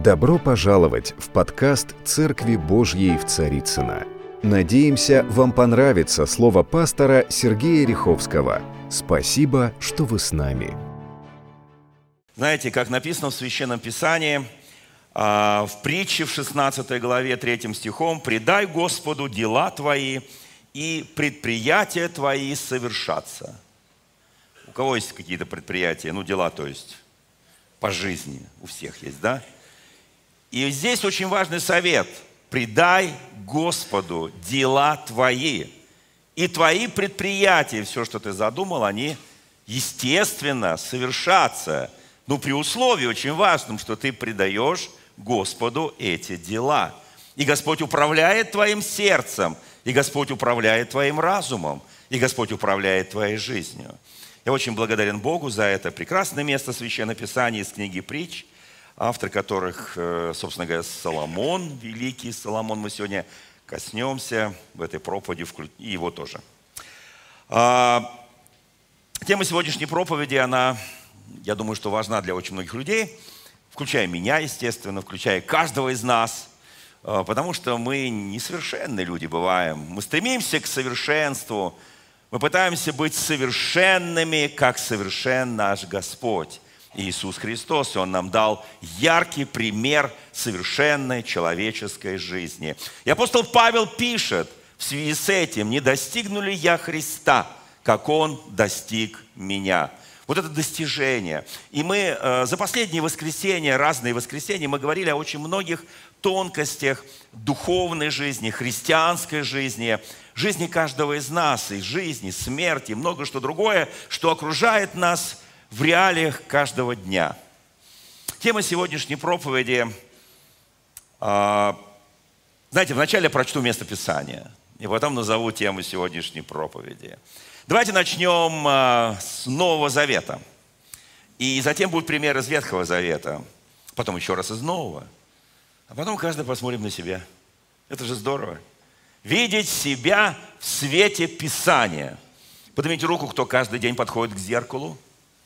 Добро пожаловать в подкаст «Церкви Божьей в Царицыно». Надеемся, вам понравится слово пастора Сергея Риховского. Спасибо, что вы с нами. Знаете, как написано в Священном Писании, в притче в 16 главе 3 стихом: «Предай Господу дела твои, и предприятия твои совершатся». У кого есть какие-то предприятия? Дела, то есть, по жизни. У всех есть, да? И здесь очень важный совет. Предай Господу дела твои. И твои предприятия, все, что ты задумал, они, естественно, совершатся. При условии очень важном, что ты предаешь Господу эти дела. И Господь управляет твоим сердцем, и Господь управляет твоим разумом, и Господь управляет твоей жизнью. Я очень благодарен Богу за это прекрасное место Священного Писания из книги «Притч», автор которых, собственно говоря, Соломон, великий Соломон. Мы сегодня коснемся в этой проповеди, и его тоже. Тема сегодняшней проповеди, она, я думаю, что важна для очень многих людей, включая меня, естественно, включая каждого из нас, потому что мы несовершенные люди бываем. Мы стремимся к совершенству, мы пытаемся быть совершенными, как совершен наш Господь Иисус Христос, и Он нам дал яркий пример совершенной человеческой жизни. И апостол Павел пишет в связи с этим: «Не достигну ли я Христа, как Он достиг меня?» Вот это достижение. И мы за последние воскресенья, разные воскресенья, мы говорили о очень многих тонкостях духовной жизни, христианской жизни, жизни каждого из нас, и жизни, смерти, много что другое, что окружает нас в реалиях каждого дня. Тема сегодняшней проповеди, знаете, вначале прочту место Писания, и потом назову тему сегодняшней проповеди. Давайте начнем с Нового Завета. И затем будут примеры из Ветхого Завета, потом еще раз из Нового. А потом каждый посмотрим на себя. Это же здорово. Видеть себя в свете Писания. Поднимите руку, кто каждый день подходит к зеркалу.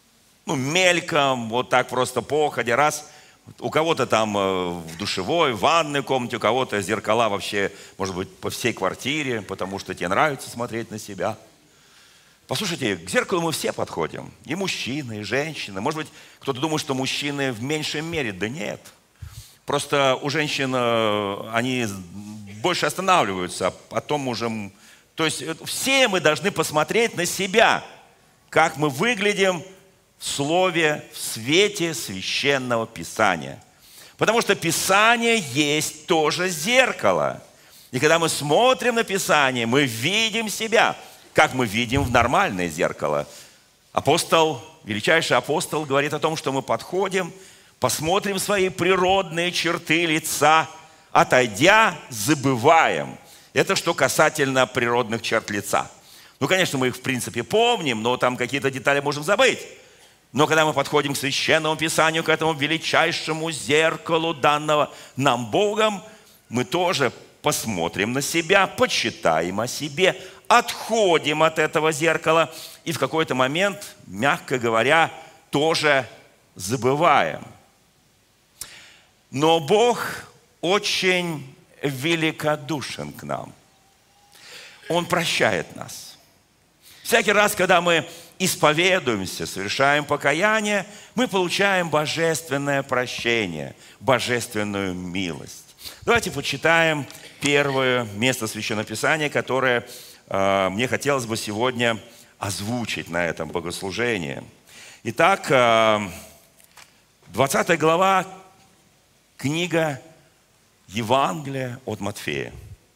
Мельком, вот так просто походя, раз. У кого-то там в душевой, в ванной комнате, у кого-то зеркала вообще, может быть, по всей квартире, потому что тебе нравится смотреть на себя. Послушайте, к зеркалу мы все подходим. И мужчины, и женщины. Может быть, кто-то думает, что мужчины в меньшей мере. Да нет. Просто у женщин они больше останавливаются, а потом уже... То есть все мы должны посмотреть на себя, как мы выглядим в Слове, в свете Священного Писания. Потому что Писание есть тоже зеркало. И когда мы смотрим на Писание, мы видим себя, как мы видим в нормальное зеркало. Величайший апостол говорит о том, что мы подходим, посмотрим свои природные черты лица, отойдя, забываем. Это что касательно природных черт лица. Конечно, мы их в принципе помним, но там какие-то детали можем забыть. Но когда мы подходим к Священному Писанию, к этому величайшему зеркалу, данного нам Богом, мы тоже посмотрим на себя, почитаем о себе, отходим от этого зеркала и в какой-то момент, мягко говоря, тоже забываем. Но Бог очень великодушен к нам. Он прощает нас. Всякий раз, когда мы исповедуемся, совершаем покаяние, мы получаем божественное прощение, божественную милость. Давайте почитаем первое место Священного Писания, которое мне хотелось бы сегодня озвучить на этом богослужении. Итак, 20 глава, книга Евангелия от Матфея.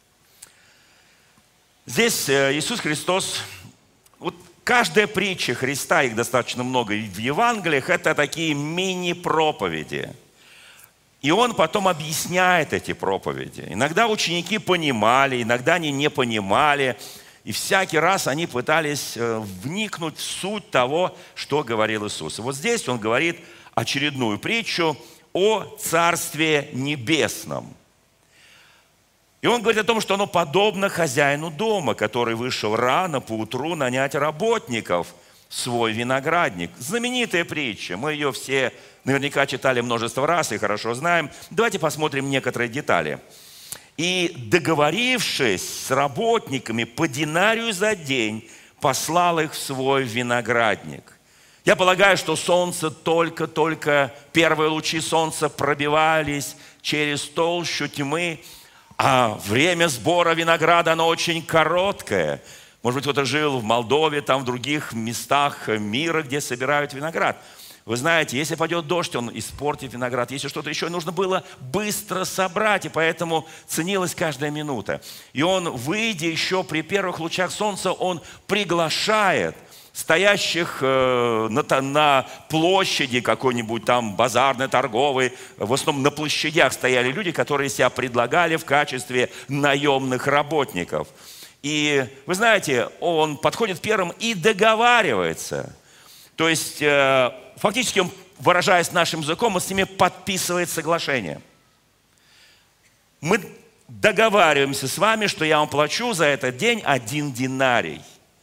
Здесь Иисус Христос, каждая притча Христа, их достаточно много в Евангелиях, это такие мини-проповеди. И Он потом объясняет эти проповеди. Иногда ученики понимали, иногда они не понимали. И всякий раз они пытались вникнуть в суть того, что говорил Иисус. И вот здесь Он говорит очередную притчу о Царстве Небесном. И Он говорит о том, что оно подобно хозяину дома, который вышел рано поутру нанять работников в свой виноградник. Знаменитая притча. Мы ее все наверняка читали множество раз и хорошо знаем. Давайте посмотрим некоторые детали. «И, договорившись с работниками по динарию за день, послал их в свой виноградник». Я полагаю, что солнце только первые лучи солнца пробивались через толщу тьмы, а время сбора винограда, оно очень короткое. Может быть, кто-то жил в Молдове, там в других местах мира, где собирают виноград. Вы знаете, если пойдет дождь, он испортит виноград. Если что-то еще, нужно было быстро собрать, и поэтому ценилась каждая минута. И он, выйдя еще при первых лучах солнца, он приглашает стоящих на площади какой-нибудь там базарной, торговой. В основном на площадях стояли люди, которые себя предлагали в качестве наемных работников. И вы знаете, он подходит первым и договаривается. То есть, фактически, он, выражаясь нашим языком, он с ними подписывает соглашение. Мы договариваемся с вами, что я вам плачу за этот день 1 динарий.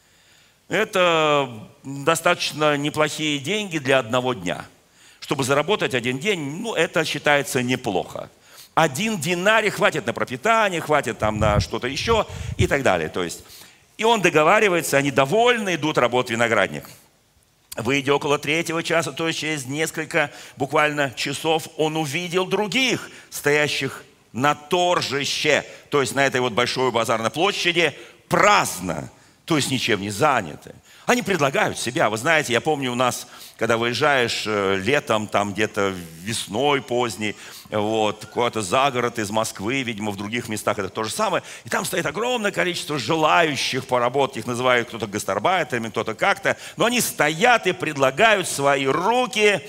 Это достаточно неплохие деньги для одного дня. Чтобы заработать 1 день, это считается неплохо. 1 динарий хватит на пропитание, хватит там на что-то еще и так далее. То есть, и он договаривается, они довольны, идут работать в виноградник. Выйдя около 3 часа, то есть через несколько буквально часов, он увидел других, стоящих на торжище, то есть на этой вот большой базарной площади, праздно, то есть ничем не заняты. Они предлагают себя. Вы знаете, я помню у нас, когда выезжаешь летом, там где-то весной поздней, куда-то за город из Москвы, видимо, в других местах это то же самое, и там стоит огромное количество желающих поработать, их называют кто-то гастарбайтерами, кто-то как-то, но они стоят и предлагают свои руки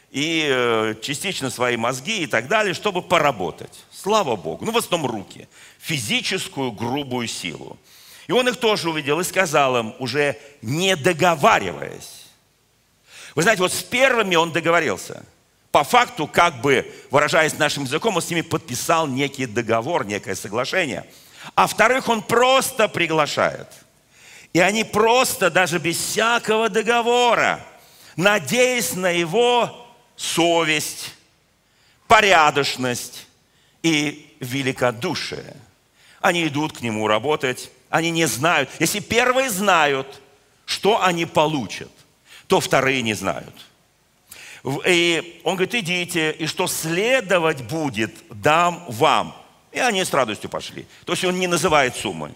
и частично свои мозги и так далее, чтобы поработать. Слава Богу. В основном руки. Физическую грубую силу. И он их тоже увидел и сказал им, уже не договариваясь. Вы знаете, вот с первыми он договорился. По факту, как бы, выражаясь нашим языком, он с ними подписал некий договор, некое соглашение. А вторых он просто приглашает. И они просто, даже без всякого договора, надеясь на его совесть, порядочность и великодушие, они идут к нему работать. Они не знают. Если первые знают, что они получат, то вторые не знают. И он говорит, идите, и что следовать будет, дам вам. И они с радостью пошли. То есть он не называет суммы.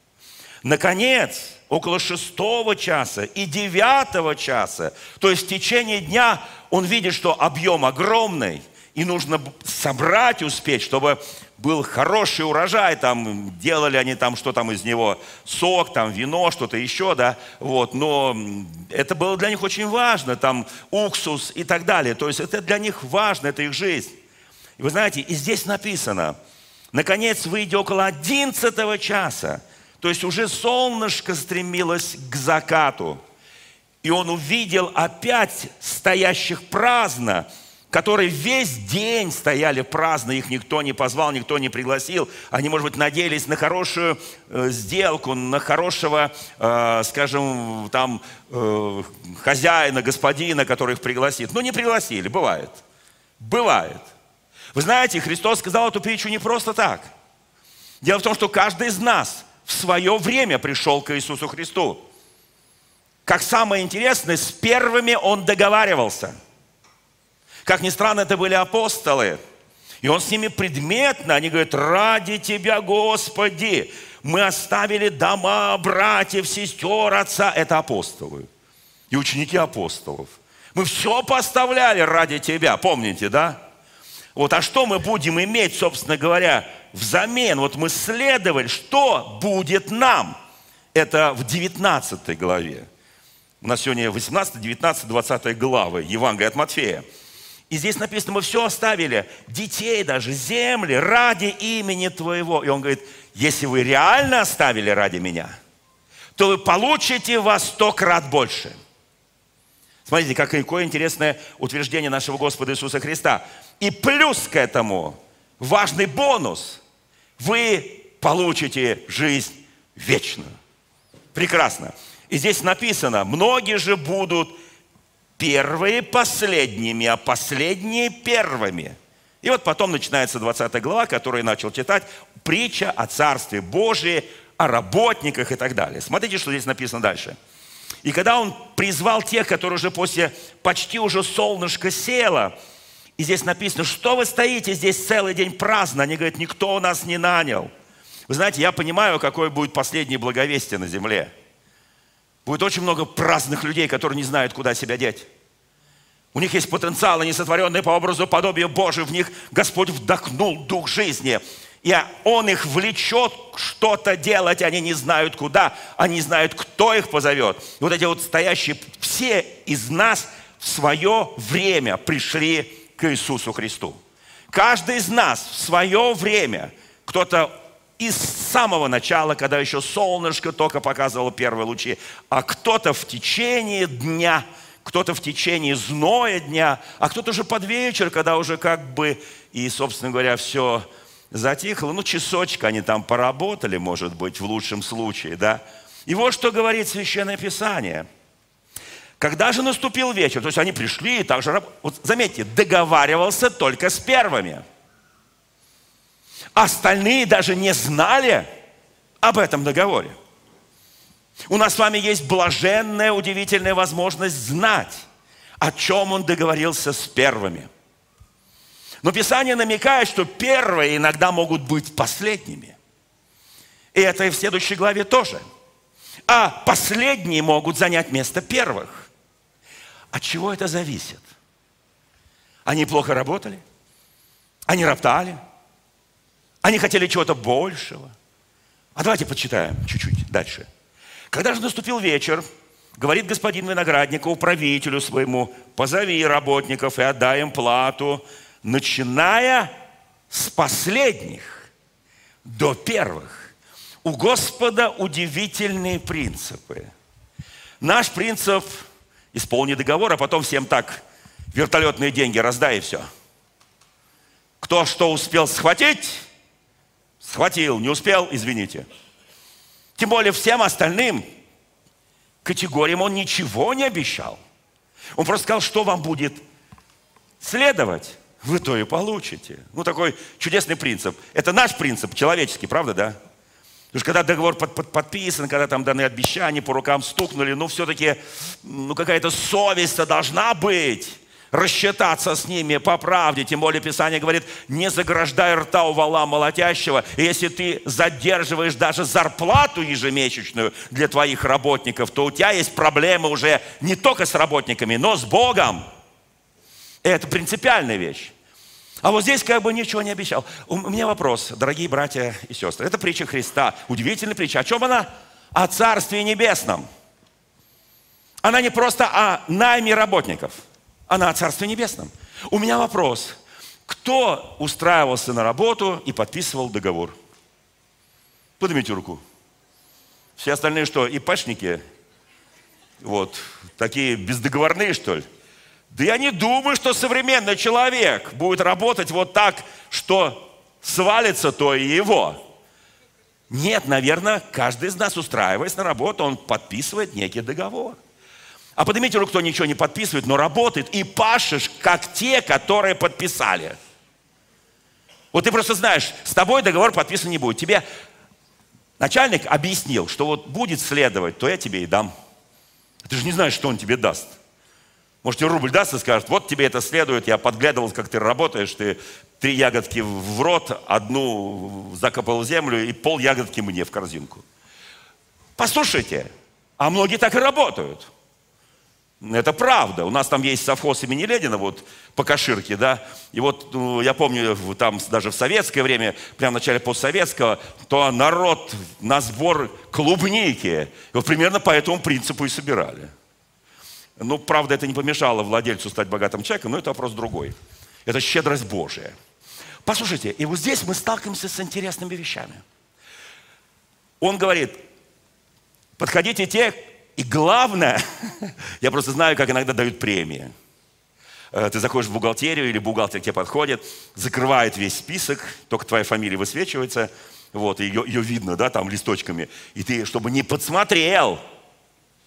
Наконец, около 6 часа и 9 часа, то есть в течение дня, он видит, что объем огромный, и нужно собрать, успеть, чтобы был хороший урожай, там делали они там, что там из него, сок, там вино, что-то еще, да, но это было для них очень важно, там уксус и так далее, то есть это для них важно, это их жизнь. И вы знаете, и здесь написано, наконец, выйдя около 11 часа, то есть уже солнышко стремилось к закату, и он увидел опять стоящих праздно, которые весь день стояли праздно, их никто не позвал, никто не пригласил. Они, может быть, надеялись на хорошую сделку, на хорошего, скажем, там, хозяина, господина, который их пригласит. Но не пригласили, бывает. Бывает. Вы знаете, Христос сказал эту притчу не просто так. Дело в том, что каждый из нас в свое время пришел к Иисусу Христу. Как самое интересное, с первыми Он договаривался. Как ни странно, это были апостолы. И он с ними предметно, они говорят, ради Тебя, Господи, мы оставили дома, братьев, сестер, отца. Это апостолы и ученики апостолов. Мы все поставляли ради Тебя, помните, да? А что мы будем иметь, собственно говоря, взамен? Мы следовали, что будет нам? Это в 19 главе. У нас сегодня 18, 19, 20 главы Евангелия от Матфея. И здесь написано, мы все оставили, детей даже, земли, ради имени Твоего. И он говорит, если вы реально оставили ради меня, то вы получите во 100 крат больше. Смотрите, какое интересное утверждение нашего Господа Иисуса Христа. И плюс к этому важный бонус. Вы получите жизнь вечную. Прекрасно. И здесь написано, многие же будут первые последними, а последние первыми. И вот потом начинается 20 глава, которую я начал читать, притча о Царстве Божьем, о работниках и так далее. Смотрите, что здесь написано дальше. И когда он призвал тех, которые уже после почти уже солнышко село, и здесь написано, что вы стоите здесь целый день праздно? Они говорят, никто у нас не нанял. Вы знаете, я понимаю, какое будет последнее благовестие на земле. Будет очень много праздных людей, которые не знают, куда себя деть. У них есть потенциал, они сотворенные по образу и подобию Божию. В них Господь вдохнул дух жизни. И Он их влечет что-то делать, они не знают куда, они не знают, кто их позовет. И вот эти вот стоящие, все из нас в свое время пришли к Иисусу Христу. Каждый из нас в свое время, кто-то из самого начала, когда еще солнышко только показывало первые лучи, а кто-то в течение дня, кто-то в течение зноя дня, а кто-то уже под вечер, когда уже как бы и, собственно говоря, все затихло. Ну, часочек они там поработали, может быть, в лучшем случае, да. И вот что говорит Священное Писание. Когда же наступил вечер, то есть они пришли и также, вот заметьте, договаривался только с первыми. Остальные даже не знали об этом договоре. У нас с вами есть блаженная, удивительная возможность знать, о чем он договорился с первыми. Но Писание намекает, что первые иногда могут быть последними. И это и в следующей главе тоже. А последние могут занять место первых. От чего это зависит? Они плохо работали? Они роптали? Они хотели чего-то большего? А давайте почитаем чуть-чуть дальше. Когда же наступил вечер, говорит господин виноградника управителю своему, позови работников и отдай им плату, начиная с последних до первых. У Господа удивительные принципы. Наш принцип – исполни договор, а потом всем так вертолетные деньги раздай и все. Кто что успел схватить, схватил, не успел, извините. Тем более всем остальным категориям он ничего не обещал. Он просто сказал, что вам будет следовать, вы то и получите. Ну, такой чудесный принцип. Это наш принцип, человеческий, правда, да? Потому что когда договор подписан, когда там даны обещания, по рукам стукнули, ну, все-таки, какая-то совесть-то должна быть. Рассчитаться с ними по правде. Тем более Писание говорит, не заграждай рта у вола молотящего. И если ты задерживаешь даже зарплату ежемесячную для твоих работников, то у тебя есть проблемы уже не только с работниками, но с Богом. И это принципиальная вещь. А вот здесь как бы ничего не обещал. У меня вопрос, дорогие братья и сестры. Это притча Христа, удивительная притча. О чем она? О Царстве Небесном. Она не просто о найме работников. Она о Царстве Небесном. У меня вопрос. Кто устраивался на работу и подписывал договор? Поднимите руку. Все остальные что, ИПшники? Вот, такие бездоговорные, что ли? Да я не думаю, что современный человек будет работать вот так, что свалится то и его. Нет, наверное, каждый из нас, устраиваясь на работу, он подписывает некий договор. А поднимите руку, кто ничего не подписывает, но работает, и пашешь, как те, которые подписали. Вот ты просто знаешь, с тобой договор подписан не будет. Тебе начальник объяснил, что вот будет следовать, то я тебе и дам. Ты же не знаешь, что он тебе даст. Может, тебе рубль даст и скажет, вот тебе это следует, я подглядывал, как ты работаешь, ты 3 ягодки в рот, 1 закопал в землю и пол ягодки мне в корзинку. Послушайте, а многие так и работают. Это правда. У нас там есть совхоз имени Ленина, вот по Каширке, да. И вот я помню, там даже в советское время, прямо в начале постсоветского, то народ на сбор клубники. И вот примерно по этому принципу и собирали. Ну, правда, это не помешало владельцу стать богатым человеком, но это вопрос другой. Это щедрость Божия. Послушайте, и вот здесь мы сталкиваемся с интересными вещами. Он говорит, подходите те, и главное, я просто знаю, как иногда дают премии. Ты заходишь в бухгалтерию, или бухгалтер к тебе подходит, закрывает весь список, только твоя фамилия высвечивается, вот, ее видно, да, там листочками. И ты, чтобы не подсмотрел,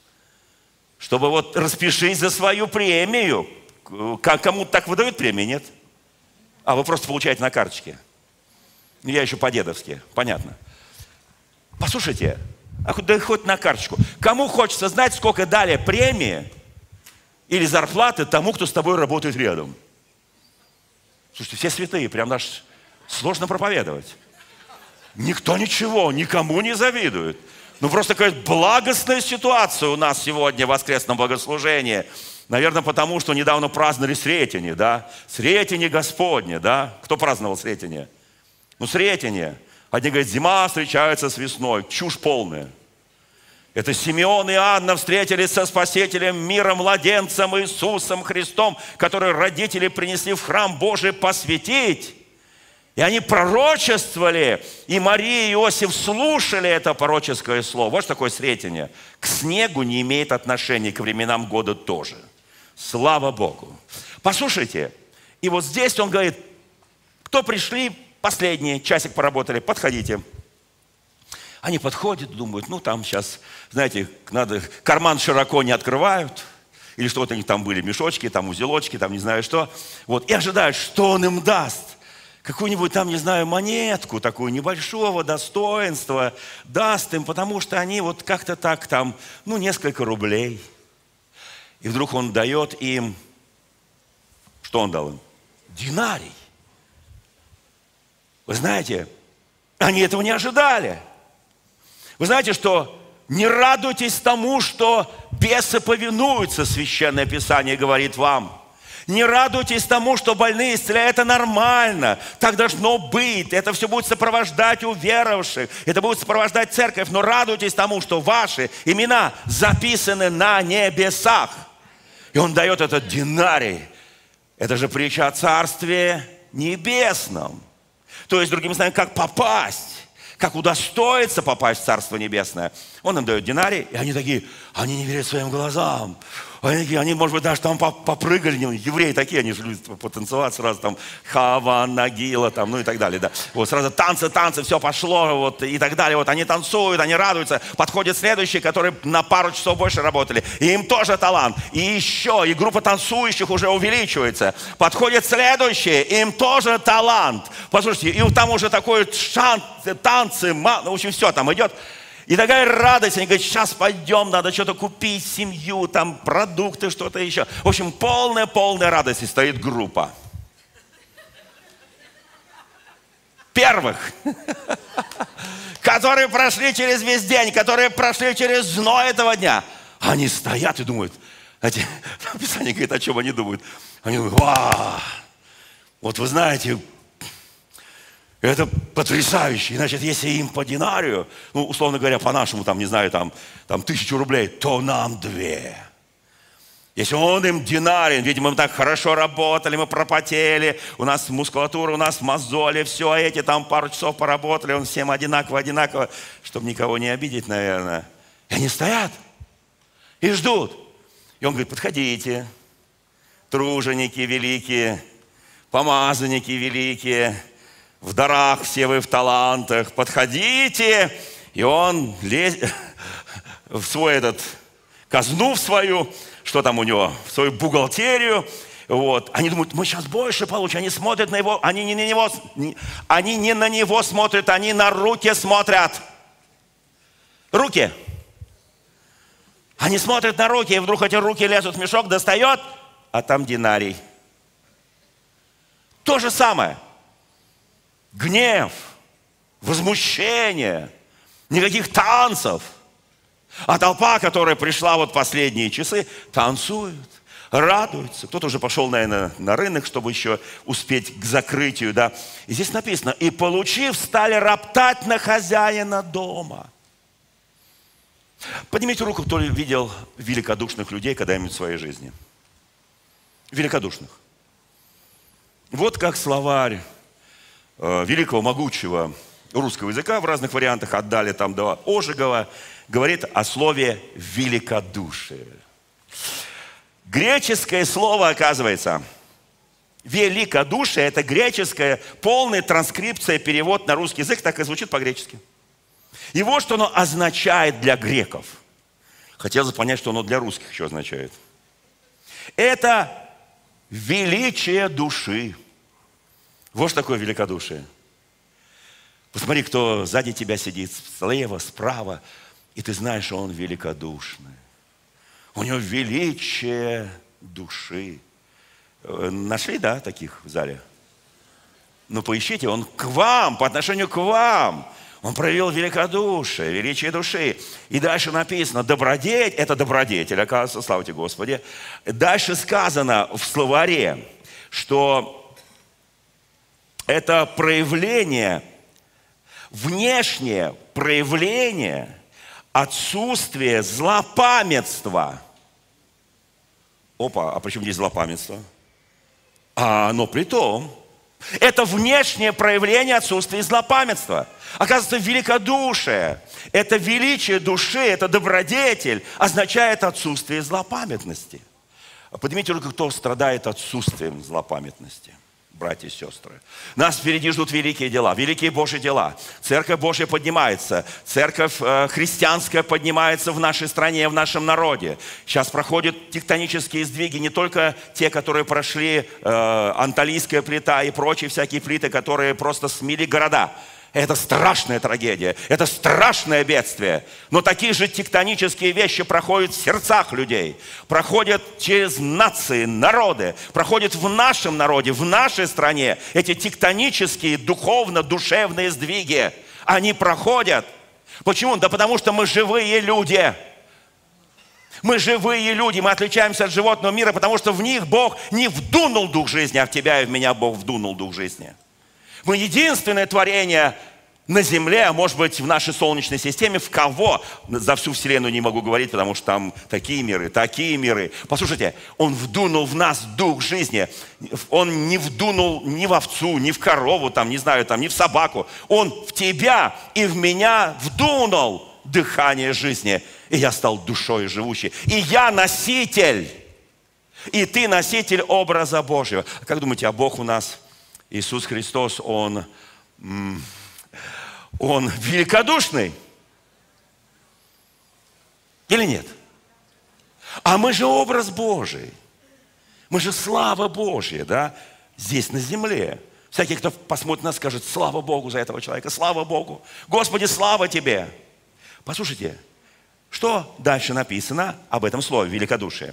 чтобы вот распишись за свою премию. Кому-то так выдают премии, нет? А вы просто получаете на карточке. Я еще по-дедовски, понятно. Послушайте, да хоть на карточку. Кому хочется знать, сколько дали премии или зарплаты тому, кто с тобой работает рядом? Слушайте, все святые, прям даже сложно проповедовать. Никто ничего, никому не завидует. Ну, просто такая благостная ситуация у нас сегодня в воскресном богослужении. Наверное, потому что недавно праздновали Сретение, да? Сретение Господне, да? Кто праздновал Сретение? Ну, Сретение. Одни говорят, зима встречается с весной. Чушь полная. Это Симеон и Анна встретились со Спасителем мира, младенцем Иисусом Христом, который родители принесли в храм Божий посвятить. И они пророчествовали, и Мария и Иосиф слушали это пророческое слово. Вот что такое Сретение. К снегу не имеет отношения, к временам года тоже. Слава Богу. Послушайте, и вот здесь он говорит, кто пришли, последние, часик поработали, подходите. Они подходят, думают, ну там сейчас, знаете, надо, карман широко не открывают, или что-то у них там были, мешочки, там узелочки, там не знаю что. Вот, и ожидают, что он им даст. Какую-нибудь там, не знаю, монетку такую небольшого достоинства даст им, потому что они вот как-то так там, ну, несколько рублей. И вдруг он дает им, что он дал им? Динарий. Вы знаете, они этого не ожидали. Вы знаете, что не радуйтесь тому, что бесы повинуются, Священное Писание говорит вам. Не радуйтесь тому, что больные исцеляют, это нормально, так должно быть, это все будет сопровождать уверовавших, это будет сопровождать церковь, но радуйтесь тому, что ваши имена записаны на небесах. И он дает этот динарий, это же притча о Царстве Небесном. То есть, другими словами, как попасть, как удостоиться попасть в Царство Небесное. Он им дает динарий, и они такие, они не верят своим глазам. Они, может быть, даже там попрыгали, евреи такие, они же любят потанцевать сразу, там, Хава, Нагила, там, ну и так далее, да. Вот сразу танцы, все пошло, вот, и так далее, вот, они танцуют, они радуются. Подходят следующие, которые на пару часов больше работали, и им тоже талант. И еще, и группа танцующих уже увеличивается. Подходят следующие, им тоже талант. Послушайте, и там уже такой танцы, в общем, все там идет. И такая радость, они говорят, сейчас пойдем, надо что-то купить, семью, там, продукты, что-то еще. В общем, полная радость, и стоит группа. Первых, которые прошли через весь день, которые прошли через зной этого дня. Они стоят и думают, Писание говорит, о чем они думают. Они думают, вау, вот вы знаете, это потрясающе. Значит, если им по динарию, ну, условно говоря, по-нашему, там, не знаю, там 1000 рублей, то нам 2. Если он им динарий, видимо, мы так хорошо работали, мы пропотели, у нас мускулатура, у нас мозоли, все эти там пару часов поработали, он всем одинаково, чтобы никого не обидеть, наверное. И они стоят и ждут. И он говорит, подходите, труженики великие, помазанники великие, в дарах все вы в талантах, подходите. И он лезет в свой казну в свою, что там у него, в свою бухгалтерию. Вот. Они думают, мы сейчас больше получим. Они смотрят на его, они не на него смотрят, они на руки смотрят. Руки. Они смотрят на руки, и вдруг эти руки лезут в мешок, достает, а там динарий. То же самое. Гнев, возмущение, никаких танцев. А толпа, которая пришла вот последние часы, танцует, радуется. Кто-то уже пошел, наверное, на рынок, чтобы еще успеть к закрытию, да. И здесь написано, и получив, стали роптать на хозяина дома. Поднимите руку, кто видел великодушных людей когда-нибудь в своей жизни. Великодушных. Вот как словарь великого, могучего русского языка в разных вариантах, отдали там до Ожегова, говорит о слове великодушие. Греческое слово, оказывается, великодушие, это греческая полная транскрипция, перевод на русский язык, так и звучит по-гречески. И вот что оно означает для греков. Хотелось понять, что оно для русских еще означает. Это величие души. Вот что такое великодушие. Посмотри, кто сзади тебя сидит, слева, справа, и ты знаешь, что он великодушный. У него величие души. Нашли, да, таких в зале? Ну, поищите, он к вам, по отношению к вам. Он проявил великодушие, величие души. И дальше написано, добродетель, это добродетель, оказывается, слава тебе, Господи. Дальше сказано в словаре, что это проявление, внешнее проявление отсутствия злопамятства. Опа, а почему здесь злопамятство? Но при том, это внешнее проявление отсутствия злопамятства. Оказывается, великодушие, это величие души, это добродетель, означает отсутствие злопамятности. Поднимите руку, кто страдает отсутствием злопамятности, братья и сестры. Нас впереди ждут великие дела, великие Божьи дела. Церковь Божья поднимается, церковь христианская поднимается в нашей стране, в нашем народе. Сейчас проходят тектонические сдвиги, не только те, которые прошли Анталийская плита и прочие всякие плиты, которые просто смели города. Это страшная трагедия, это страшное бедствие. Но такие же тектонические вещи проходят в сердцах людей, проходят через нации, народы, проходят в нашем народе, в нашей стране. Эти тектонические, духовно-душевные сдвиги, они проходят. Почему? Да потому что мы живые люди. Мы живые люди, мы отличаемся от животного мира, потому что в них Бог не вдунул дух жизни, а в тебя и в меня Бог вдунул дух жизни. Мы единственное творение на Земле, а может быть в нашей Солнечной системе, в кого, за всю Вселенную не могу говорить, потому что там такие миры. Послушайте, Он вдунул в нас дух жизни. Он не вдунул ни в овцу, ни в корову, там, не знаю, там, ни в собаку. Он в тебя и в меня вдунул дыхание жизни. И я стал душой живущей. И я носитель. И ты носитель образа Божьего. Как думаете, а Бог у нас... Иисус Христос, Он великодушный? Или нет? А мы же образ Божий. Мы же слава Божья, да? Здесь на земле. Всякий, кто посмотрит на нас, скажет, слава Богу за этого человека, слава Богу. Господи, слава Тебе. Послушайте, что дальше написано об этом слове, великодушие?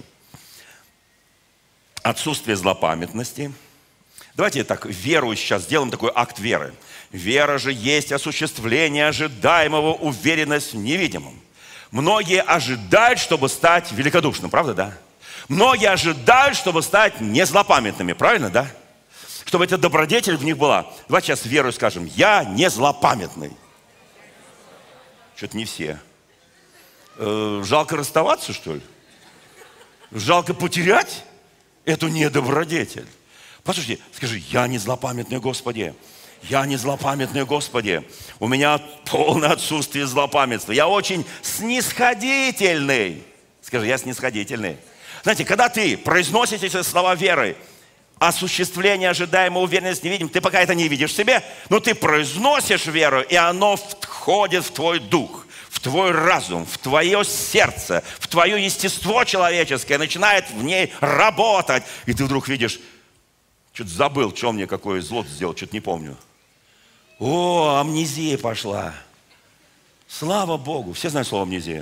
Отсутствие злопамятности. Давайте так, веру сейчас сделаем такой акт веры. Вера же есть осуществление ожидаемого, уверенность в невидимом. Многие ожидают, чтобы стать великодушным, правда, да? Многие ожидают, чтобы стать незлопамятными, правильно, да? Чтобы эта добродетель в них была. Давайте сейчас верой скажем, я не злопамятный. Что-то не все. Жалко расставаться, что ли? Жалко потерять эту недобродетель. Послушайте, скажи, я не злопамятный, Господи. Я не злопамятный, Господи. У меня полное отсутствие злопамятства. Я очень снисходительный. Скажи, я снисходительный. Знаете, когда ты произносишь эти слова веры, осуществление ожидаемой уверенности не видим, ты пока это не видишь в себе, но ты произносишь веру, и оно входит в твой дух, в твой разум, в твое сердце, в твое естество человеческое, начинает в ней работать. И ты вдруг видишь, что-то забыл, что мне какое зло сделал, что-то не помню. О, амнезия пошла. Слава Богу. Все знают слово амнезия?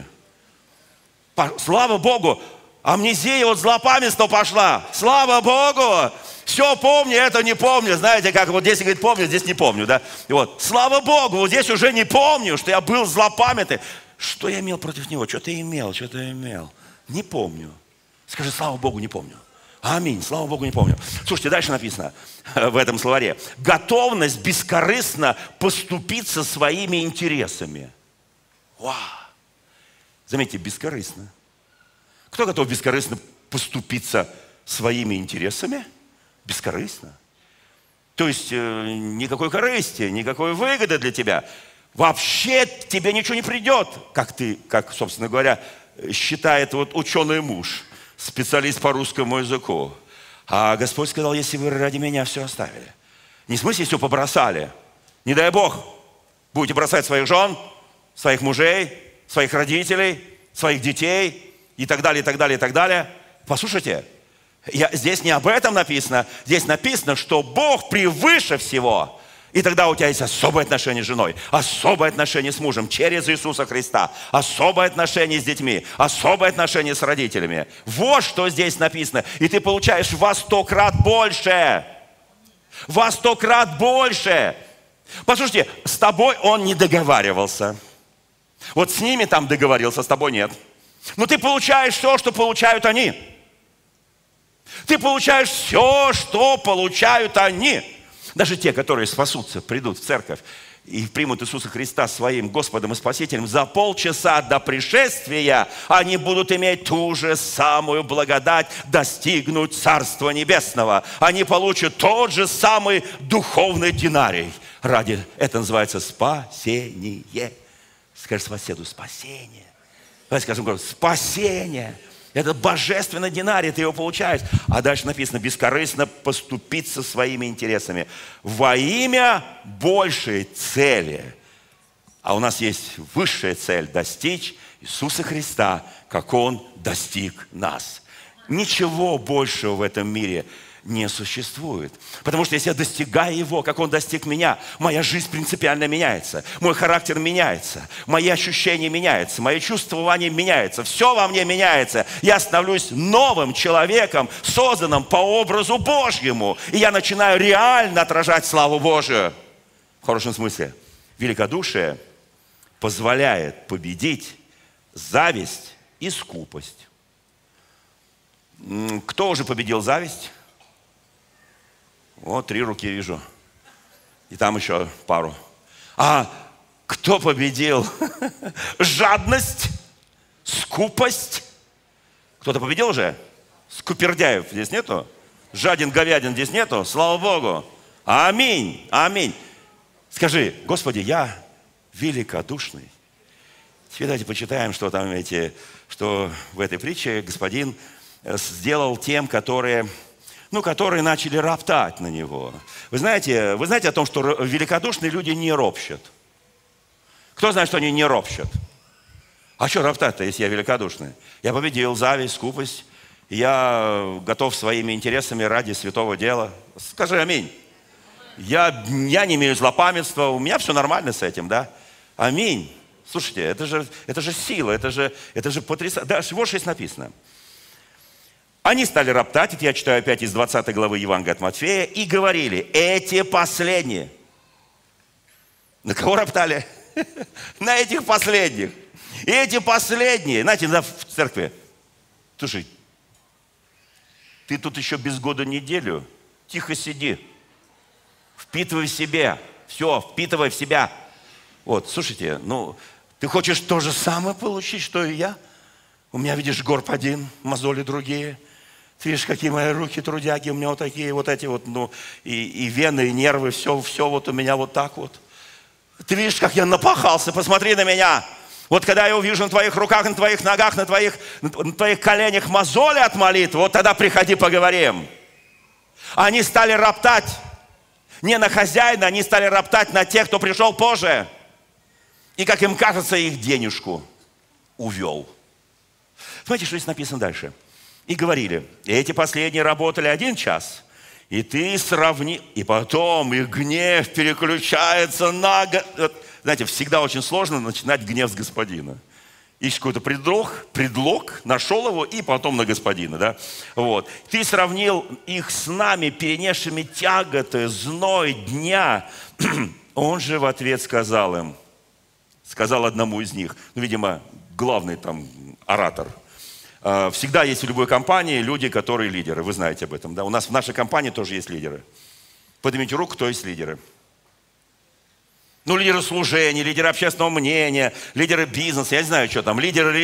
Слава Богу. Амнезия от злопамятства пошла. Слава Богу. Все помню, это не помню. Знаете, как вот здесь говорит помню, здесь не помню, да? И вот, слава Богу, вот здесь уже не помню, что я был злопамятный. Что я имел против него? Что-то имел. Не помню. Скажи, слава Богу, не помню. Аминь. Слава Богу, не помню. Слушайте, дальше написано в этом словаре. Готовность бескорыстно поступиться своими интересами. Вау! Заметьте, бескорыстно. Кто готов бескорыстно поступиться своими интересами? Бескорыстно. То есть никакой корысти, никакой выгоды для тебя. Вообще тебе ничего не придет, как, собственно говоря, считает вот ученый муж, специалист по русскому языку. А Господь сказал, если вы ради меня все оставили. Не в смысле все побросали. Не дай Бог, будете бросать своих жен, своих мужей, своих родителей, своих детей и так далее, и так далее, и так далее. Послушайте, здесь не об этом написано. Здесь написано, что Бог превыше всего. И тогда у тебя есть особое отношение с женой, особое отношение с мужем через Иисуса Христа, особое отношение с детьми, особое отношение с родителями. Вот что здесь написано. И ты получаешь во 100 крат больше. Во 100 крат больше. Послушайте, с тобой он не договаривался. Вот с ними там договорился, с тобой нет. Но ты получаешь все, что получают они. Ты получаешь все, что получают они. Даже те, которые спасутся, придут в церковь и примут Иисуса Христа своим Господом и Спасителем, за полчаса до пришествия они будут иметь ту же самую благодать достигнуть Царства Небесного. Они получат тот же самый духовный динарий. Это называется спасение. Скажи соседу, спасение. Давайте скажем, спасение. Это божественный динарий, ты его получаешь. А дальше написано, бескорыстно поступить со своими интересами. Во имя большей цели. А у нас есть высшая цель – достичь Иисуса Христа, как Он достиг нас. Ничего большего в этом мире не существует. Потому что если я достигаю Его, как Он достиг меня, моя жизнь принципиально меняется, мой характер меняется, мои ощущения меняются, мое чувствование меняется, все во мне меняется. Я становлюсь новым человеком, созданным по образу Божьему. И я начинаю реально отражать славу Божию. В хорошем смысле. Великодушие позволяет победить зависть и скупость. Кто уже победил зависть? Вот 3 руки вижу. И там еще пару. А кто победил жадность, скупость? Кто-то победил уже? Скупердяев здесь нету? Жадин, говядин здесь нету? Слава Богу. Аминь. Аминь. Скажи, Господи, я великодушный. Теперь давайте почитаем, что там что в этой притче Господин сделал тем, которые начали роптать на Него. Вы знаете о том, что великодушные люди не ропщут? Кто знает, что они не ропщут? А что роптать-то, если я великодушный? Я победил зависть, скупость. Я готов своими интересами ради святого дела. Скажи аминь. Я не имею злопамятства, у меня все нормально с этим, да? Аминь. Слушайте, это же сила, это же потрясающе. Да, вот что здесь написано. Они стали роптать, это я читаю опять из 20 главы Евангелия от Матфея, и говорили, эти последние. На кого роптали? На этих последних. И эти последние, знаете, в церкви, слушай, ты тут еще без года неделю, тихо сиди, впитывай в себя, все, впитывай в себя. Вот, слушайте, ты хочешь то же самое получить, что и я? У меня, видишь, горб один, мозоли другие. Ты видишь, какие мои руки трудяги, у меня вот такие вот эти вот, и вены, и нервы, все вот у меня вот так вот. Ты видишь, как я напахался, посмотри на меня. Вот когда я увижу на твоих руках, на твоих ногах, на твоих коленях мозоли от молитвы, вот тогда приходи, поговорим. Они стали роптать не на хозяина, они стали роптать на тех, кто пришел позже. И, как им кажется, их денежку увел. Смотрите, что здесь написано дальше. И говорили, эти последние работали 1 час, и ты сравни... И потом их гнев переключается на... Знаете, всегда очень сложно начинать гнев с господина. Ищешь какой-то предлог, нашел его, и потом на господина, да? Вот. Ты сравнил их с нами, перенесшими тяготы, зной дня. Он же в ответ сказал одному из них, видимо, главный там оратор. Всегда есть в любой компании люди, которые лидеры. Вы знаете об этом, да? У нас в нашей компании тоже есть лидеры. Поднимите руку, кто есть лидеры. Лидеры служения, лидеры общественного мнения, лидеры бизнеса, я не знаю, что там, лидеры,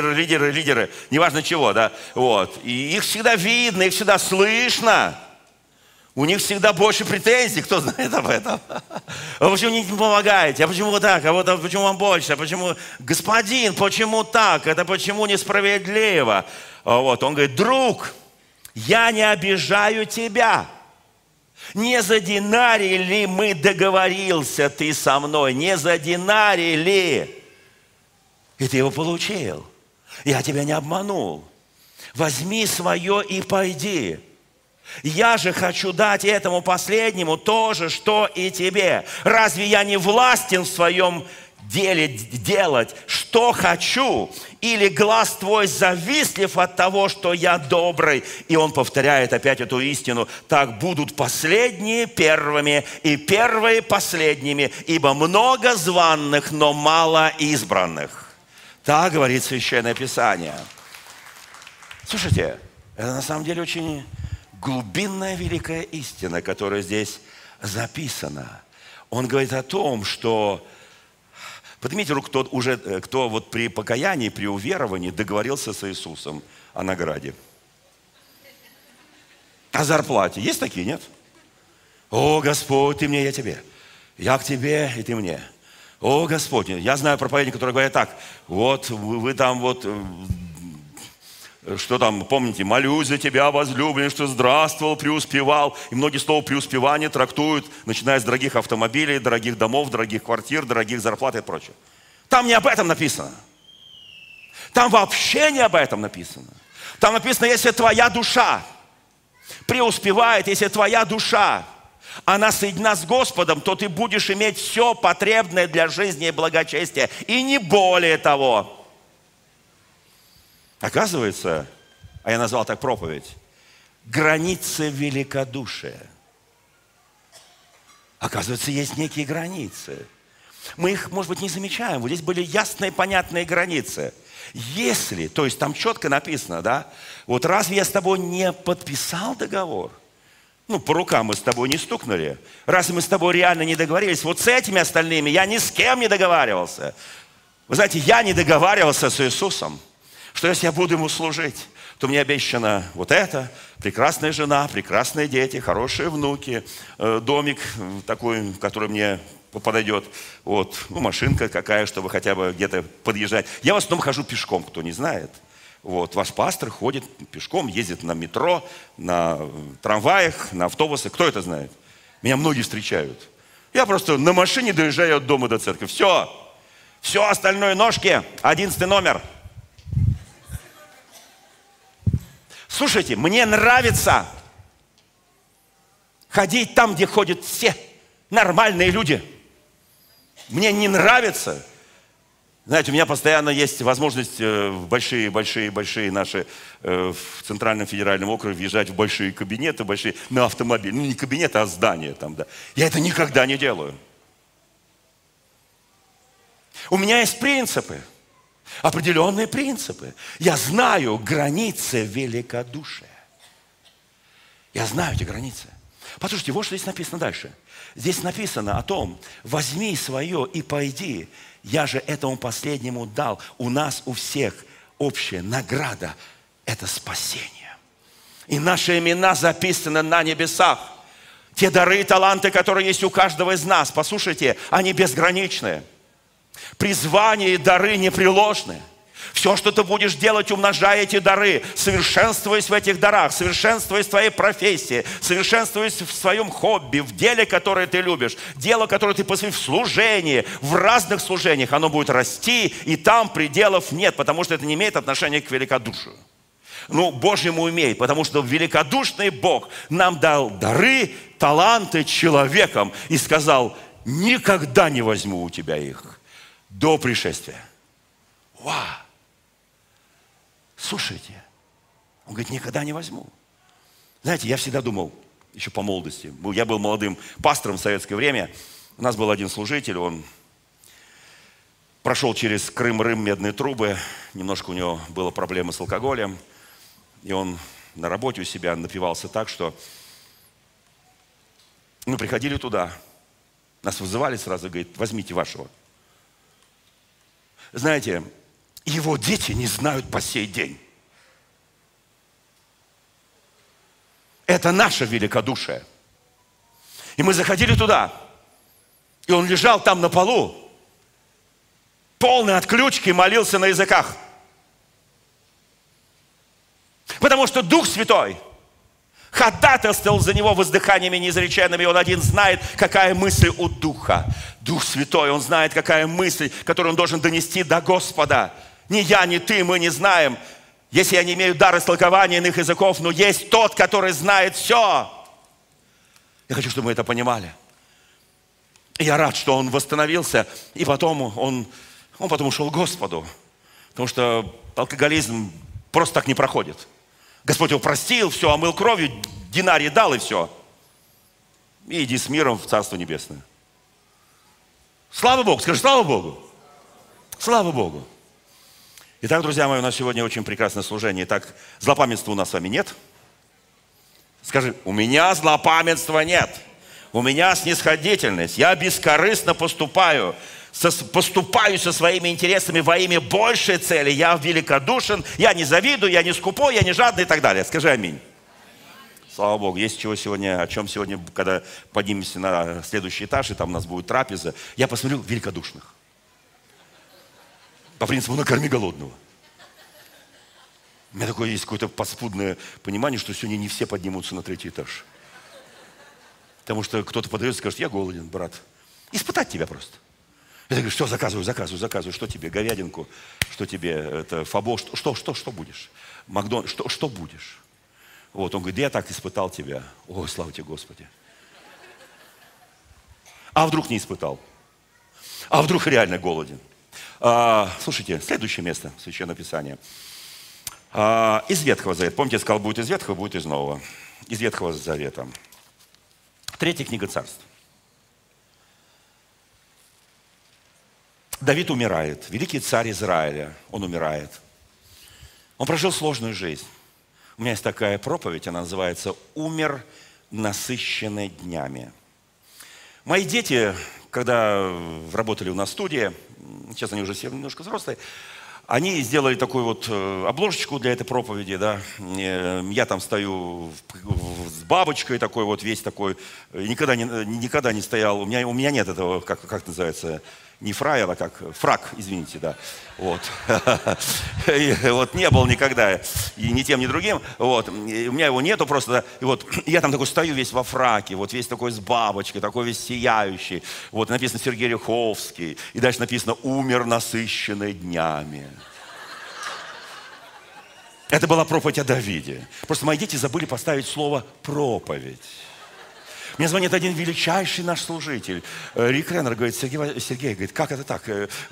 неважно чего, да? Вот. И их всегда видно, их всегда слышно. У них всегда больше претензий, кто знает об этом. А почему не помогаете? А почему вот так? А почему вам больше? А почему, господин, почему так? Это почему несправедливо? Вот. Он говорит, друг, я не обижаю тебя. Не за динарий ли мы договорился ты со мной? Не за динарий ли? И ты его получил. Я тебя не обманул. Возьми свое и пойди. Я же хочу дать этому последнему то же, что и тебе. Разве я не властен в своем деле делать, что хочу? Или глаз твой завистлив от того, что я добрый? И он повторяет опять эту истину. Так будут последние первыми, и первые последними, ибо много званных, но мало избранных. Так говорит Священное Писание. Слушайте, это на самом деле очень глубинная великая истина, которая здесь записана. Он говорит о том, что... Поднимите руку, кто вот при покаянии, при уверовании договорился с Иисусом о награде. О зарплате. Есть такие, нет? О, Господь, ты мне, я тебе. Я к тебе, и ты мне. О, Господь, я знаю проповедников, которые говорят так. Вот вы там вот... Что там, помните, молюсь за тебя, возлюбленный, что здравствовал, преуспевал. И многие слово преуспевание трактуют, начиная с дорогих автомобилей, дорогих домов, дорогих квартир, дорогих зарплат и прочее. Там не об этом написано. Там вообще не об этом написано. Там написано, если твоя душа преуспевает, если твоя душа, она соединена с Господом, то ты будешь иметь все потребное для жизни и благочестия. И не более того. Оказывается, а я назвал так проповедь, границы великодушия. Оказывается, есть некие границы. Мы их, может быть, не замечаем. Вот здесь были ясные, понятные границы. Если, то есть там четко написано, да, вот разве я с тобой не подписал договор? Ну, по рукам мы с тобой не стукнули. Разве мы с тобой реально не договорились? Вот с этими остальными я ни с кем не договаривался. Вы знаете, я не договаривался с Иисусом, что если я буду Ему служить, то мне обещана вот это, прекрасная жена, прекрасные дети, хорошие внуки, домик такой, который мне подойдет, вот, ну, машинка какая, чтобы хотя бы где-то подъезжать. Я в основном хожу пешком, кто не знает. Вот, ваш пастор ходит пешком, ездит на метро, на трамваях, на автобусах. Кто это знает? Меня многие встречают. Я просто на машине доезжаю от дома до церкви. Все остальное ножки, 11 номер. Слушайте, мне нравится ходить там, где ходят все нормальные люди. Мне не нравится. Знаете, у меня постоянно есть возможность в большие наши в Центральном федеральном округе въезжать в большие кабинеты, на автомобиль. Ну, не кабинеты, а здания там, да. Я это никогда не делаю. У меня есть принципы. Определенные принципы. Я знаю границы великодушия. Я знаю эти границы. Послушайте, вот что здесь написано дальше. Здесь написано о том, возьми свое и пойди. Я же этому последнему дал. У нас у всех общая награда – это спасение. И наши имена записаны на небесах. Те дары и таланты, которые есть у каждого из нас, послушайте, они безграничны. Призвание и дары непреложны. Все, что ты будешь делать, умножая эти дары, совершенствуясь в этих дарах, совершенствуясь в твоей профессии, совершенствуясь в своем хобби, в деле, которое ты любишь, дело, которое ты посвятил в служении, в разных служениях, оно будет расти, и там пределов нет, потому что это не имеет отношения к великодушию. Ну, Божьему имеет, потому что великодушный Бог нам дал дары, таланты человеком и сказал, никогда не возьму у тебя их до пришествия. Вау! Слушайте, он говорит, никогда не возьму. Знаете, я всегда думал, еще по молодости, я был молодым пастором в советское время, у нас был один служитель, он прошел через Крым-Рым медные трубы, немножко у него была проблема с алкоголем, и он на работе у себя напивался так, что мы приходили туда, нас вызывали сразу, говорит, возьмите вашего. Знаете, его дети не знают по сей день. Это наше великодушие. И мы заходили туда, и он лежал там на полу, полный отключки, молился на языках. Потому что Дух Святой ходатайствовал за него воздыханиями неизреченными, и он один знает, какая мысль у Духа. Дух Святой, он знает, какая мысль, которую он должен донести до Господа. Ни я, ни ты, мы не знаем. Если я не имею дара истолкования иных языков, но есть тот, который знает все. Я хочу, чтобы мы это понимали. И я рад, что он восстановился, и потом он потом ушел к Господу. Потому что алкоголизм просто так не проходит. Господь его простил, все, омыл кровью, динарий дал, и все. И иди с миром в Царство Небесное. Слава Богу, скажи, слава Богу. Слава Богу. Итак, друзья мои, у нас сегодня очень прекрасное служение. Итак, злопамятства у нас с вами нет. Скажи, у меня злопамятства нет. У меня снисходительность. Я бескорыстно поступаю со своими интересами во имя большей цели. Я великодушен, я не завидую, я не скупой, я не жадный и так далее. Скажи аминь. Слава Богу. Есть о чем сегодня, когда поднимемся на следующий этаж, и там у нас будет трапеза, я посмотрю великодушных. По принципу накорми голодного. У меня такое есть какое-то подспудное понимание, что сегодня не все поднимутся на 3-й этаж. Потому что кто-то подается и скажет, я голоден, брат. Испытать тебя просто. Я говорю, что заказываю. Что тебе, говядинку? Что тебе, это, фабо? Что будешь? Макдональдс, что будешь? Вот, он говорит, да я так испытал тебя. Ой, слава тебе, Господи. А вдруг не испытал? А вдруг реально голоден? Слушайте, следующее место Священного Писания. Из Ветхого Завета. Помните, я сказал, будет из Ветхого, будет из Нового. Из Ветхого Завета. 3 книга Царств. Давид умирает. Великий царь Израиля. Он умирает. Он прожил сложную жизнь. У меня есть такая проповедь, она называется «Умер, насыщенный днями». Мои дети, когда работали у нас в студии, сейчас они уже все немножко взрослые, они сделали такую вот обложечку для этой проповеди, да. Я там стою с бабочкой такой вот, весь такой, никогда не стоял, у меня нет этого, как называется, не фраер, а как фрак, извините, да. Вот. Вот не был никогда, и ни тем, ни другим. Вот. И у меня его нету просто, да. И вот я там такой стою весь во фраке, вот весь такой с бабочкой, такой весь сияющий. Вот написано Сергей Риховский, и дальше написано «Умер, насыщенный днями». Это была проповедь о Давиде. Просто мои дети забыли поставить слово «проповедь». Мне звонит один величайший наш служитель. Рик Реннер говорит, Сергей, говорит, как это так?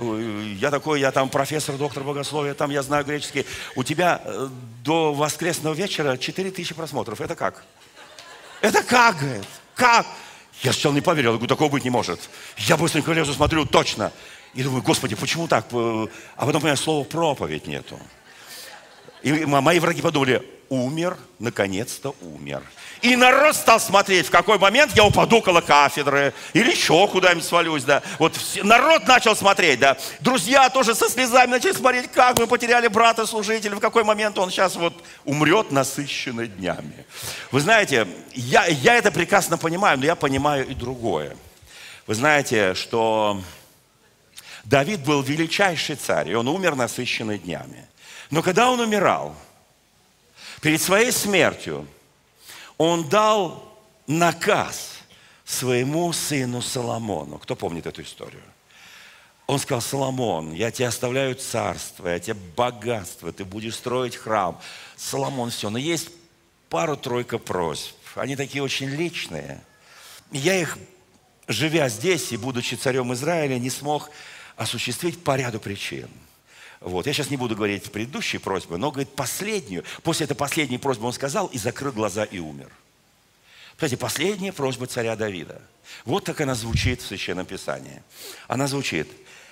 Я там профессор, доктор богословия, там я знаю греческий. У тебя до воскресного вечера 4000 просмотров. Это как? Это как, говорит? Как? Я сначала не поверил, я говорю, такого быть не может. Я быстренько лезу, смотрю, точно. И думаю, Господи, почему так? А потом понимаю, слова проповедь нету. И мои враги подумали, умер, наконец-то умер. И народ стал смотреть, в какой момент я упаду около кафедры, или еще куда-нибудь свалюсь, да. Вот народ начал смотреть, да. Друзья тоже со слезами начали смотреть, как мы потеряли брата-служителя, в какой момент он сейчас вот умрет, насыщенный днями. Вы знаете, я это прекрасно понимаю, но я понимаю и другое. Вы знаете, что Давид был величайший царь, и он умер, насыщенный днями. Но когда он умирал, перед своей смертью, он дал наказ своему сыну Соломону. Кто помнит эту историю? Он сказал, Соломон, я тебе оставляю царство, я тебе богатство, ты будешь строить храм. Соломон, все. Но есть пару-тройка просьб. Они такие очень личные. Я их, живя здесь и будучи царем Израиля, не смог осуществить по ряду причин. Вот. Я сейчас не буду говорить предыдущие просьбы, но, говорит, последнюю. После этой последней просьбы он сказал и закрыл глаза и умер. Кстати, последняя просьба царя Давида. Вот так она звучит в Священном Писании. Она звучит.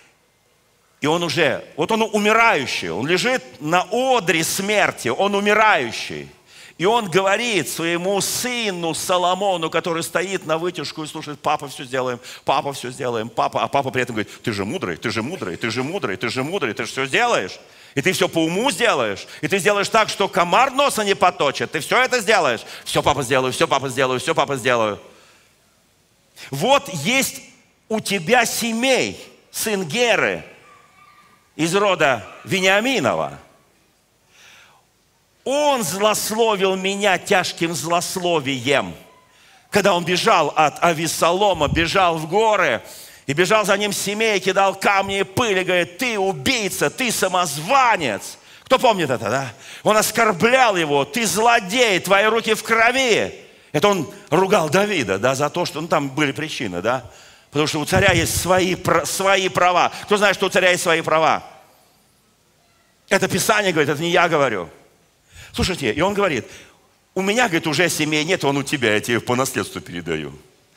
И он уже, вот он умирающий, он лежит на одре смерти, он умирающий. И он говорит своему сыну Соломону, который стоит на вытяжку и слушает, папа, все сделаем, папа, а папа при этом говорит, ты же мудрый, ты же все сделаешь, и ты все по уму сделаешь, и ты сделаешь так, что комар носа не поточит, ты все это сделаешь, все, папа, сделаю. Вот есть у тебя семей, сын Геры из рода Вениаминова. Он злословил меня тяжким злословием, когда он бежал от Авессалома, бежал в горы, И бежал за ним Семей, кидал камни и пыль, и говорит: ты убийца, ты самозванец. Кто помнит это, да? Он оскорблял его: ты злодей, твои руки в крови. Это он ругал Давида, да, за то, что, там были причины, да. Потому что у царя есть свои права. Кто знает, что у царя есть свои права? Это Писание говорит, это не я говорю. Слушайте, и он говорит: у меня, говорит, уже семей нет, он у тебя, я тебе по наследству передаю.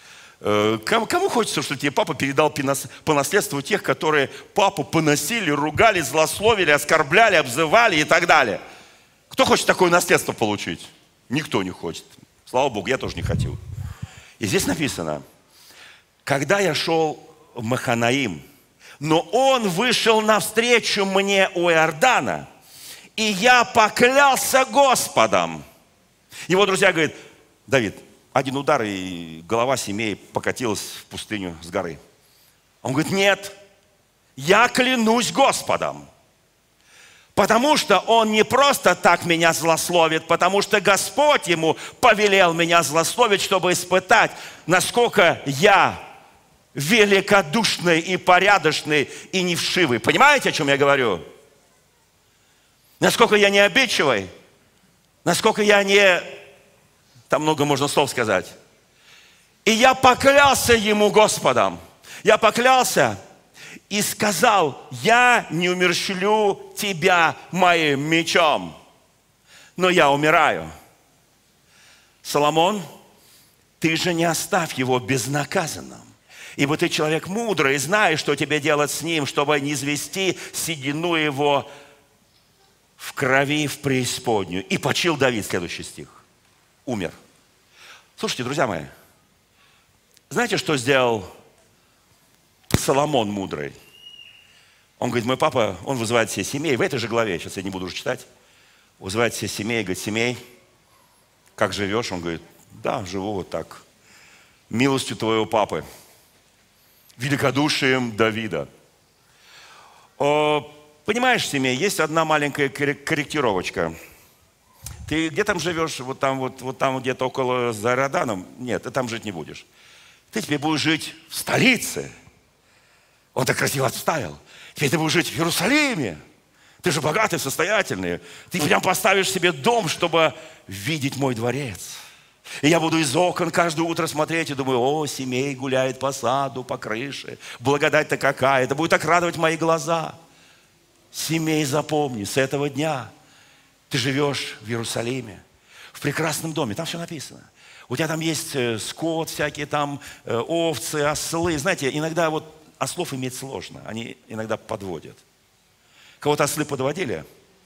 Кому хочется, чтобы тебе папа передал по наследству тех, которые папу поносили, ругали, злословили, оскорбляли, обзывали и так далее? Кто хочет такое наследство получить? Никто не хочет. Слава Богу, я тоже не хотел. И здесь написано: когда я шел в Маханаим, но он вышел навстречу мне у Иордана, и я поклялся Господом. Его друзья говорят: Давид, один удар, и голова Семеи покатилась в пустыню с горы. Он говорит: нет, я клянусь Господом. Потому что он не просто так меня злословит, потому что Господь ему повелел меня злословить, чтобы испытать, насколько я великодушный и порядочный и не вшивый. Понимаете, о чем я говорю? Насколько я не обидчивый, насколько я не... Там много можно слов сказать. И я поклялся ему Господом. Я поклялся и сказал: я не умерщвлю тебя моим мечом, но я умираю. Соломон, ты же не оставь его безнаказанным. Ибо ты человек мудрый и знаешь, что тебе делать с ним, чтобы не извести седину его в крови в преисподнюю. И почил Давид, следующий стих. Умер. Слушайте, друзья мои, знаете, что сделал Соломон мудрый? Он говорит: мой папа, он вызывает все семей. В этой же главе, сейчас я не буду уже читать, вызывает все семей, говорит: Семей, как живешь? Он говорит: да, живу вот так. Милостью твоего папы, великодушием Давида. Понимаешь, Семей, есть одна маленькая корректировочка. Ты где там живешь? Вот там где-то около за Иорданом? Нет, ты там жить не будешь. Ты теперь будешь жить в столице. Он так красиво отставил. Теперь ты будешь жить в Иерусалиме. Ты же богатый, состоятельный. Ты прям поставишь себе дом, чтобы видеть мой дворец. И я буду из окон каждое утро смотреть и думаю: о, Семей гуляет по саду, по крыше. Благодать-то какая. Это будет так радовать мои глаза. Семей, запомни, с этого дня ты живешь в Иерусалиме, в прекрасном доме. Там все написано. У тебя там есть скот всякие, там овцы, ослы. Знаете, иногда вот ослов иметь сложно. Они иногда подводят. Кого-то ослы подводили?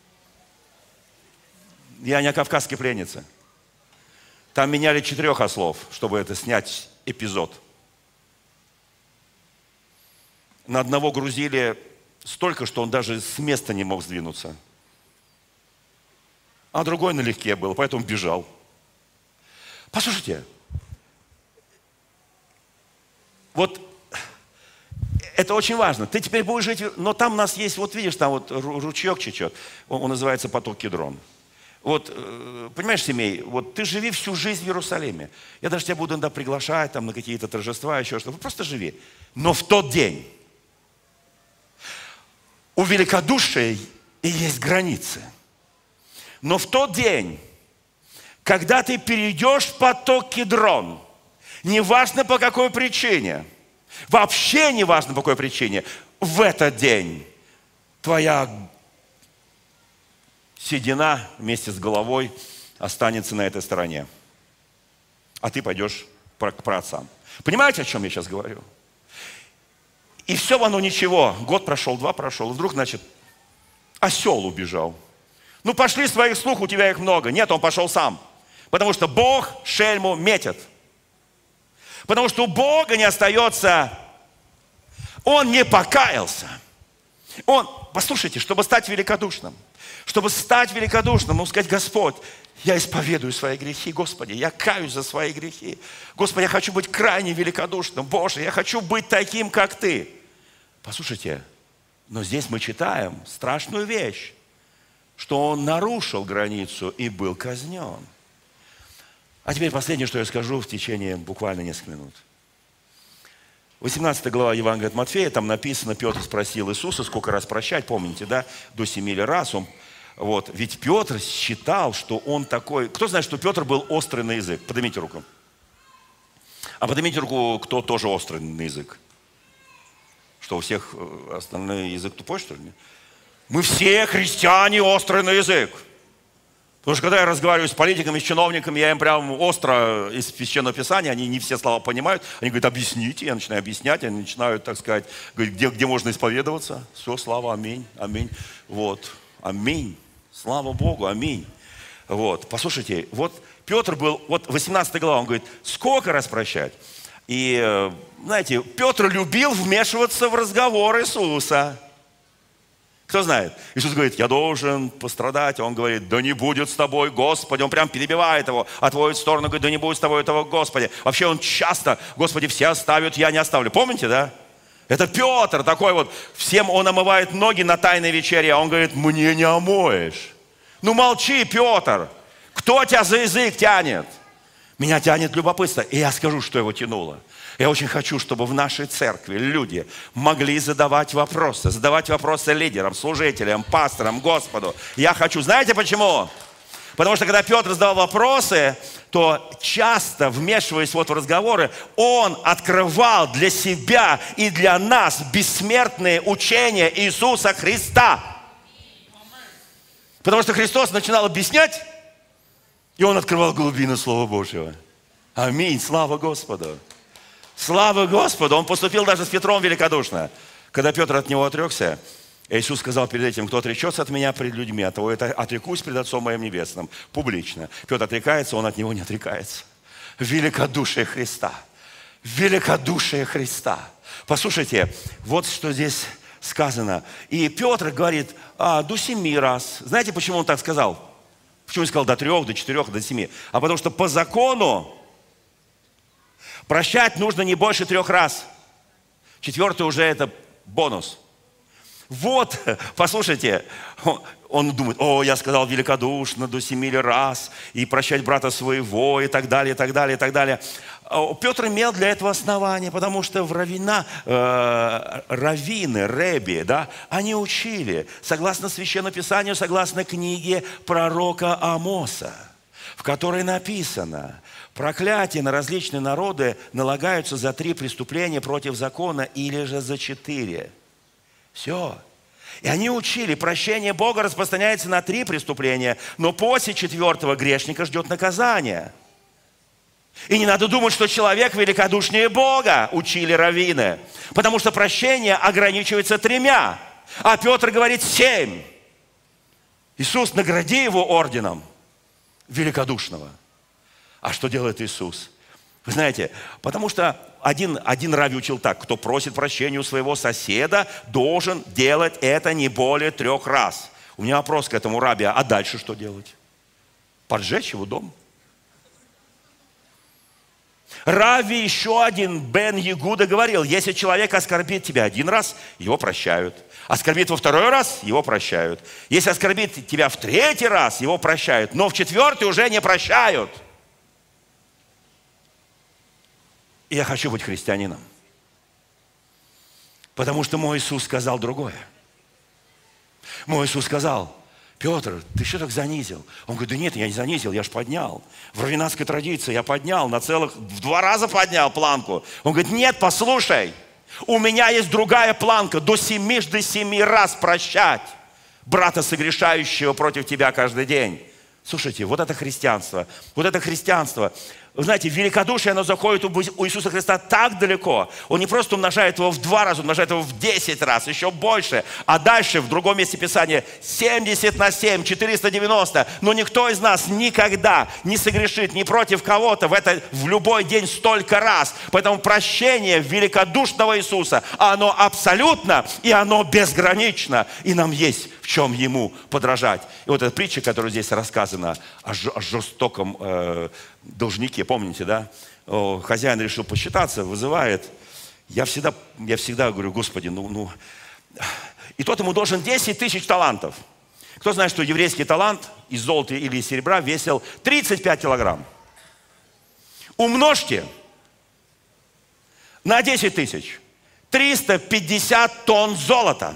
Я не о кавказской пленнице. Там меняли 4 ослов, чтобы это снять эпизод. На одного грузили столько, что он даже с места не мог сдвинуться. А другой налегке был, поэтому бежал. Послушайте, вот это очень важно. Ты теперь будешь жить, но там у нас есть, вот видишь, там вот ручеек течет, он называется поток Кедрон. Вот, понимаешь, Семей, вот ты живи всю жизнь в Иерусалиме. Я даже тебя буду иногда приглашать там, на какие-то торжества, еще что-то. Просто живи. Но в тот день у великодушия и есть границы. Но в тот день, когда ты перейдешь в поток Кедрон, неважно по какой причине, вообще неважно по какой причине, в этот день твоя седина вместе с головой останется на этой стороне. А ты пойдешь к праотцам. Понимаете, о чем я сейчас говорю? И все оно ничего. Год прошел, 2 прошел. И вдруг, значит, осел убежал. Ну, пошли своих слуг, у тебя их много. Нет, он пошел сам. Потому что Бог шельму метит. Потому что у Бога не остается... Он не покаялся. Послушайте, чтобы стать великодушным, ну, сказать: Господь, я исповедую свои грехи, Господи, я каюсь за свои грехи. Господи, я хочу быть крайне великодушным. Боже, я хочу быть таким, как Ты. Послушайте, но здесь мы читаем страшную вещь, что он нарушил границу и был казнен. А теперь последнее, что я скажу в течение буквально нескольких минут. 18 глава Евангелия от Матфея, там написано, Петр спросил Иисуса, сколько раз прощать, помните, да? До 7 раз. Ведь Петр считал, что он такой... Кто знает, что Петр был острый на язык? Поднимите руку. А поднимите руку, кто тоже острый на язык. Что, у всех остальной язык тупой, что ли? Мы все христиане острые на язык. Потому что когда я разговариваю с политиками, с чиновниками, я им прям остро из Священного Писания, они не все слова понимают, они говорят, объясните, я начинаю объяснять, они начинают, так сказать, говорить, где можно исповедоваться. Все, слава, аминь, аминь. Аминь. Слава Богу, аминь. Послушайте, Петр был, 18 глава, он говорит, сколько раз прощать? И, знаете, Петр любил вмешиваться в разговор Иисуса. Кто знает? Иисус говорит, я должен пострадать. А он говорит, да не будет с тобой, Господи. Он прям перебивает его, отводит в сторону, говорит, да не будет с тобой этого, Господи. Вообще он часто, Господи, все оставят, я не оставлю. Помните, да? Это Петр такой всем он омывает ноги на тайной вечере, а он говорит, мне не омоешь. Ну молчи, Петр. Кто тебя за язык тянет? Меня тянет любопытство. И я скажу, что его тянуло. Я очень хочу, чтобы в нашей церкви люди могли задавать вопросы лидерам, служителям, пасторам, Господу. Я хочу. Знаете почему? Потому что когда Петр задавал вопросы, то часто, вмешиваясь в разговоры, он открывал для себя и для нас бессмертные учения Иисуса Христа. Потому что Христос начинал объяснять, и он открывал глубины Слова Божьего. Аминь. Слава Господу. Слава Господу! Он поступил даже с Петром великодушно. Когда Петр от него отрекся, Иисус сказал перед этим, кто отречется от меня пред людьми, от того это отрекусь пред Отцом моим Небесным. Публично. Петр отрекается, он от него не отрекается. Великодушие Христа. Великодушие Христа. Послушайте, вот что здесь сказано. И Петр говорит, до 7 раз. Знаете, почему он так сказал? Почему он сказал до 3, до 4, до 7? А потому что по закону прощать нужно не больше 3 раз. 4 уже это бонус. Послушайте, он думает, я сказал великодушно до 7 раз, и прощать брата своего, и так далее, и так далее, и так далее. Петр имел для этого основания, потому что раввины, рэби, да, они учили, согласно Священному Писанию, согласно книге пророка Амоса, в которой написано, проклятия на различные народы налагаются за 3 преступления против закона или же за 4. Все. И они учили, прощение Бога распространяется на 3 преступления, но после 4-го грешника ждет наказание. И не надо думать, что человек великодушнее Бога, учили раввины, потому что прощение ограничивается 3, а Петр говорит 7. Иисус, награди его орденом великодушного. А что делает Иисус? Вы знаете, потому что один рави учил так, кто просит прощения у своего соседа, должен делать это не более 3 раз. У меня вопрос к этому раби, а дальше что делать? Поджечь его дом? Рави еще один, Бен Егуда, говорил, если человек оскорбит тебя 1 раз, его прощают. Оскорбит во 2-й раз, его прощают. Если оскорбит тебя в 3-й раз, его прощают. Но в 4-й уже не прощают. И я хочу быть христианином. Потому что мой Иисус сказал другое. Мой Иисус сказал, Петр, ты что так занизил? Он говорит, да нет, я не занизил, я же поднял. В раввинатской традиции я поднял, в 2 раза поднял планку. Он говорит, нет, послушай, у меня есть другая планка, до 7 раз прощать брата, согрешающего против тебя каждый день. Слушайте, вот это христианство. Вы знаете, великодушие, оно заходит у Иисуса Христа так далеко. Он не просто умножает его в 2 раза, он умножает его в 10 раз, еще больше. А дальше, в другом месте Писания, 70 на 7, 490. Но никто из нас никогда не согрешит ни против кого-то в любой день столько раз. Поэтому прощение великодушного Иисуса, оно абсолютно и оно безгранично. И нам есть в чем Ему подражать. И вот эта притча, которая здесь рассказана о жестоком должнике, помните, да? Хозяин решил посчитаться, вызывает. Я всегда говорю, Господи, И тот ему должен 10 000 талантов. Кто знает, что еврейский талант из золота или из серебра весил 35 килограмм? Умножьте. на 10 тысяч 350 тонн золота.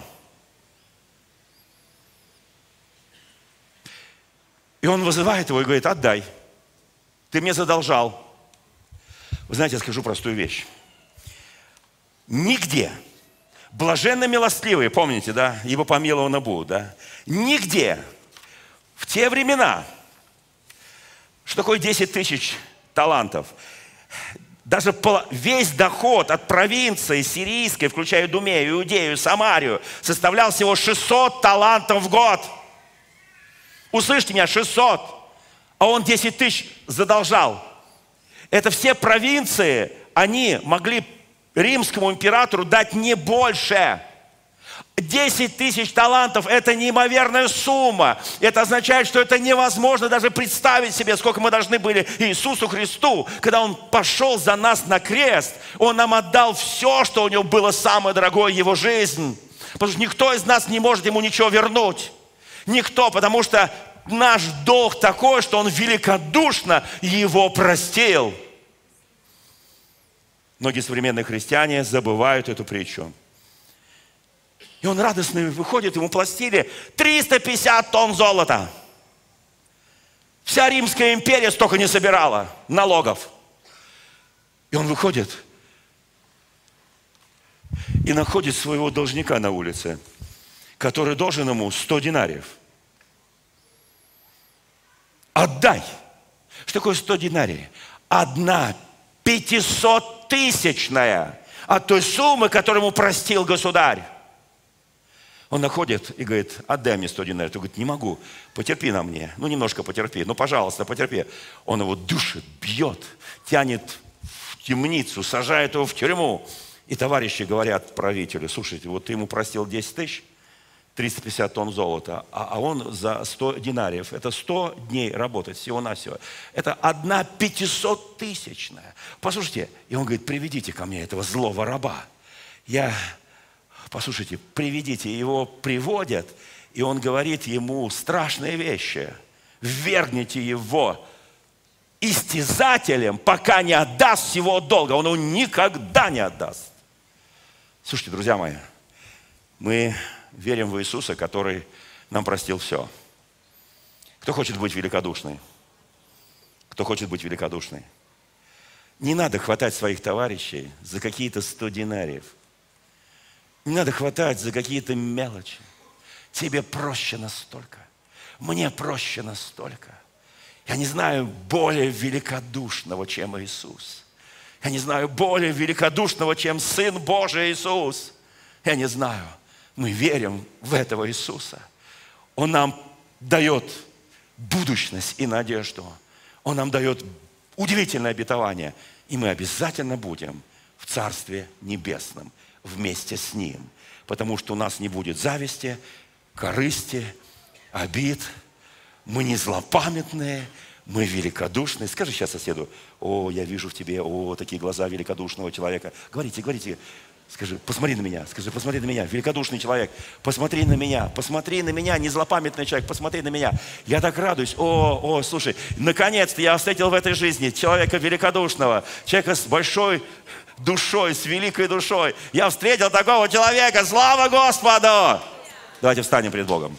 И он вызывает его и говорит: отдай, ты мне задолжал. Вы знаете, я скажу простую вещь. Нигде, блаженно милостливые, помните, да, ибо помилованы будут, да, нигде в те времена, что такое 10 тысяч талантов, даже весь доход от провинции сирийской, включая Идумею, Иудею, Самарию, составлял всего 600 талантов в год. Услышьте меня, 600. А он 10 тысяч задолжал. Это все провинции, они могли римскому императору дать не больше. 10 тысяч талантов – это неимоверная сумма. Это означает, что это невозможно даже представить себе, сколько мы должны были Иисусу Христу. Когда Он пошел за нас на крест, Он нам отдал все, что у Него было самое дорогое, Его жизнь. Потому что никто из нас не может Ему ничего вернуть. Никто, потому что наш долг такой, что Он великодушно Его простил. Многие современные христиане забывают эту притчу. И он радостно выходит, ему платили 350 тонн золота. Вся Римская империя столько не собирала налогов. И он выходит и находит своего должника на улице, который должен ему 100 динариев. Отдай. Что такое 100 динариев? 1/500-тысячная от той суммы, которую ему простил государь. Он находит и говорит: отдай мне 100 динариев. Он говорит: не могу, потерпи на мне. Ну, немножко потерпи, ну, пожалуйста, потерпи. Он его душит, бьет, тянет в темницу, сажает его в тюрьму. И товарищи говорят правителю: слушайте, вот ты ему простил 10 тысяч, 350 тонн золота, а он за 100 динариев. Это 100 дней работать всего-навсего. Это 1/500-тысячная. Послушайте, и он говорит: приведите ко мне этого злого раба. Послушайте, приведите, его приводят, и он говорит ему страшные вещи. Ввергните его истязателем, пока не отдаст всего долга. Он его никогда не отдаст. Слушайте, друзья мои, мы верим в Иисуса, который нам простил все. Кто хочет быть великодушный? Кто хочет быть великодушный? Не надо хватать своих товарищей за какие-то 100 динариев. Не надо хватать за какие-то мелочи. Тебе проще настолько. Мне проще настолько. Я не знаю более великодушного, чем Иисус. Я не знаю более великодушного, чем Сын Божий Иисус. Я не знаю. Мы верим в этого Иисуса. Он нам дает будущность и надежду. Он нам дает удивительное обетование. И мы обязательно будем в Царстве Небесном вместе с Ним. Потому что у нас не будет зависти, корысти, обид. Мы не злопамятные, мы великодушные. Скажи сейчас соседу: о, я вижу в тебе, о, такие глаза великодушного человека. Говорите, говорите. Скажи: посмотри на меня. Скажи: посмотри на меня, великодушный человек. Посмотри на меня, не злопамятный человек, посмотри на меня. Я так радуюсь. О, слушай, наконец-то я встретил в этой жизни человека великодушного, человека с большой душой, с великой душой. Я встретил такого человека. Слава Господу! Давайте встанем пред Богом.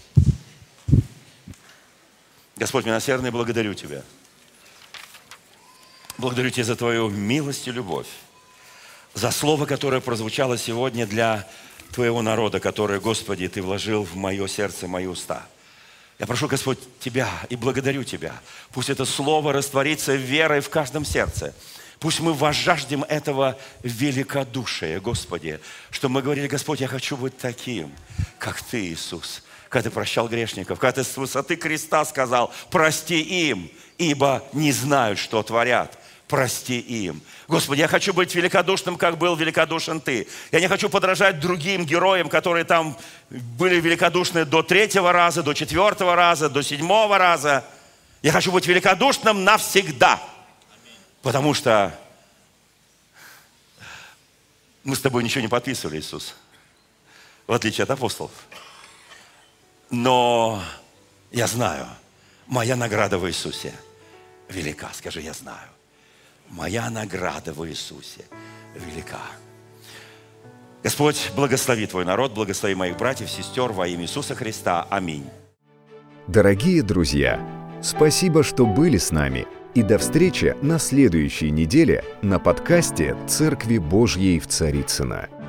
Господь милосердный, благодарю Тебя. Благодарю Тебя за Твою милость и любовь. За слово, которое прозвучало сегодня для Твоего народа, которое, Господи, Ты вложил в мое сердце, в мои уста. Я прошу, Господь, Тебя и благодарю Тебя. Пусть это слово растворится верой в каждом сердце. Пусть мы возжаждем этого великодушия, Господи, что мы говорили: Господь, я хочу быть таким, как Ты, Иисус. Когда Ты прощал грешников, когда Ты с высоты креста сказал: прости им, ибо не знают, что творят. Прости им. Господи, я хочу быть великодушным, как был великодушен Ты. Я не хочу подражать другим героям, которые там были великодушны до 3-го раза, до 4-го раза, до 7-го раза. Я хочу быть великодушным навсегда. Потому что мы с Тобой ничего не подписывали, Иисус. В отличие от апостолов. Но я знаю, моя награда в Иисусе велика. Скажи: я знаю. моя награда в Иисусе велика. Господь, благослови Твой народ, благослови моих братьев, сестер во имя Иисуса Христа. Аминь. Дорогие друзья, спасибо, что были с нами. И до встречи на следующей неделе на подкасте «Церкви Божьей в Царицыно».